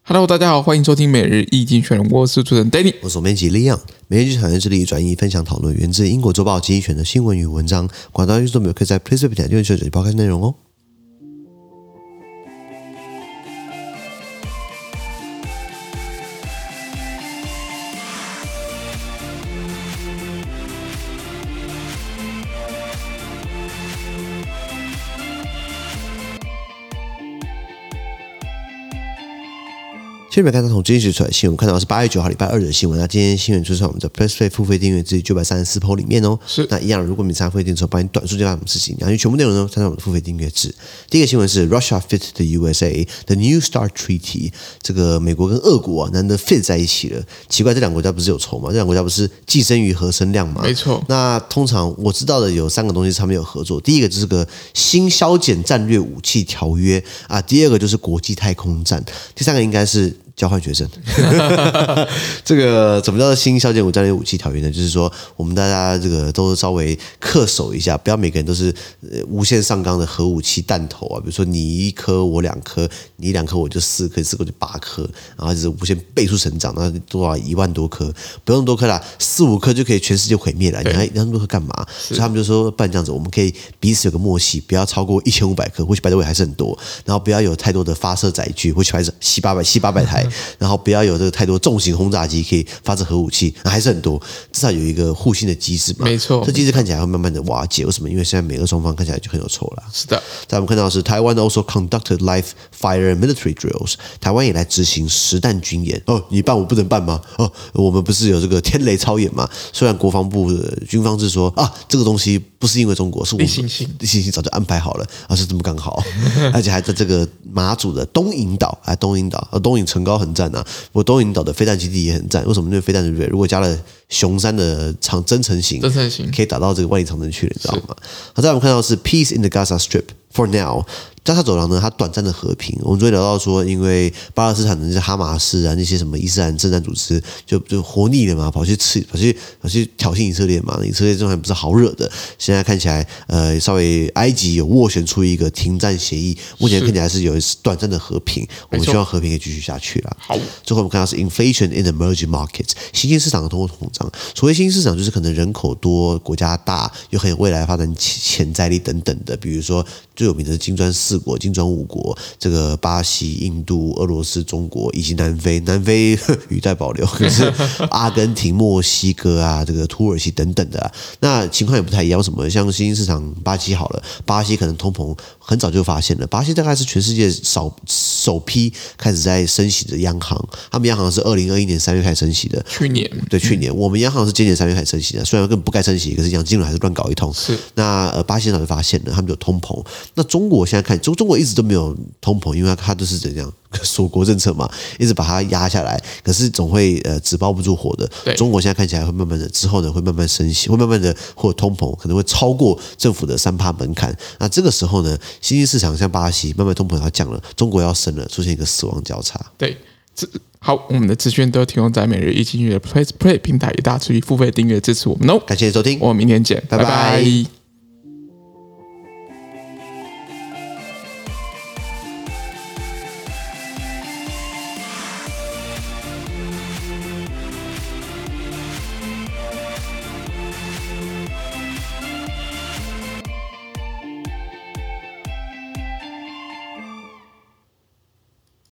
Hello， 大家好，欢迎收听每日易经选，我是主持人 Danny， 我是总编辑 Leon。每日易经选致力转译分享讨论源自英国周报经济学的新闻与文章，广大听众朋友可以在 PlayStation 点订阅这里报看内容哦。先来看到从经济学出来的新闻，看到是8月9号礼拜二的新闻。那今天新闻就是在我们的 PressPlay 付费订阅制934 PO 里面哦。 是。 那一样，如果你参加付费订阅之后，帮你短数就干什么事情？然后全部内容呢，参加我们的付费订阅制。第一个新闻是 Russia fit the USA the New START Treaty， 这个美国跟俄国难得 fit 在一起了。奇怪，这两个国家不是有仇吗？这两个国家不是既生瑜何生亮吗？ 没错。 那通常我知道的有3个东西是他们有合作。第一个就是个新削减战略武器条约啊，第二个就是国际太空站，第3个应该是交换学生。这个怎么叫做新削减战略武器条约呢？就是说我们大家这个都稍微恪守一下，不要每个人都是无限上纲的核武器弹头啊。比如说你1颗我2颗，你2颗我就4颗，4颗就8颗，然后就是无限倍数成长，然后多少1万多颗，不用多颗啦，4、5颗就可以全世界毁灭了。你还那么多颗干嘛？所以他们就说，不然这样子，我们可以彼此有个默契，不要超过1500颗，或许by the way还是很多，然后不要有太多的发射载具，或许还是700-800台。然后不要有这个太多重型轰炸机可以发射核武器，还是很多，至少有一个互信的机制嘛。 没错， 这机制看起来会慢慢的瓦解。为什么？因为现在美俄双方看起来就很有仇了。 是的。 在我们看到的是台湾 also conducted live fire military drills， 台湾也来执行实弹军演。哦，你办我不能办吗？哦，我们不是有这个天雷操演吗？虽然国防部的军方是说啊，这个东西不是因为中国，是我们例行性早就安排好了，而是这么刚好，而且还在这个马祖的东引岛，东引城高很赞啊。我东引岛的飞弹基地也很赞，为什么？因为飞弹对不对？如果加了熊山的增程型，可以打到这个万里长城去了，你知道吗？好，再我们看到的是 Peace in the Gaza Strip for now。加沙走廊呢，它短暂的和平。我们昨天聊到说，因为巴勒斯坦的那些哈马斯啊，那些什么伊斯兰圣战组织就活腻了嘛，跑去挑衅以色列嘛。以色列这还不是好惹的。现在看起来，稍微埃及有斡旋出一个停战协议，目前看起来是有短暂的和平。我们希望和平可以继续下去啦。 好， 最后我们看到是 inflation in emerging markets， 新兴市场的通货膨胀。所谓新兴市场，就是可能人口多、国家大，又很有未来发展潜在力等等的，比如说最有名的金砖4国、金砖5国，这个巴西、印度、俄罗斯、中国以及南非语带保留，可是阿根廷、墨西哥啊，这个土耳其等等的啊，那情况也不太一样。什么？像新兴市场巴西好了，巴西可能通膨很早就发现了，巴西大概是全世界首批开始在升息的央行，他们央行是2021年3月开始升息的， 去年我们央行是今年3月开始升息的，虽然根本不该升息，可是杨金龙还是乱搞一通。 是那巴西早就发现了，他们有通膨。那中国现在看，中国一直都没有通膨，因为它都是怎样锁国政策嘛，一直把它压下来，可是总会纸包不住火的。中国现在看起来会慢慢的之后呢，会慢慢升息，会慢慢的或通膨可能会超过政府的3%门槛。那这个时候呢，新兴市场像巴西慢慢通膨要降了，中国要升了，出现一个死亡交叉。 对。好，我们的资讯都提供在每日易经的 PressPlay 平台，也大家注意付费订阅支持我们哦。 感谢收听， 我们明天见，拜拜。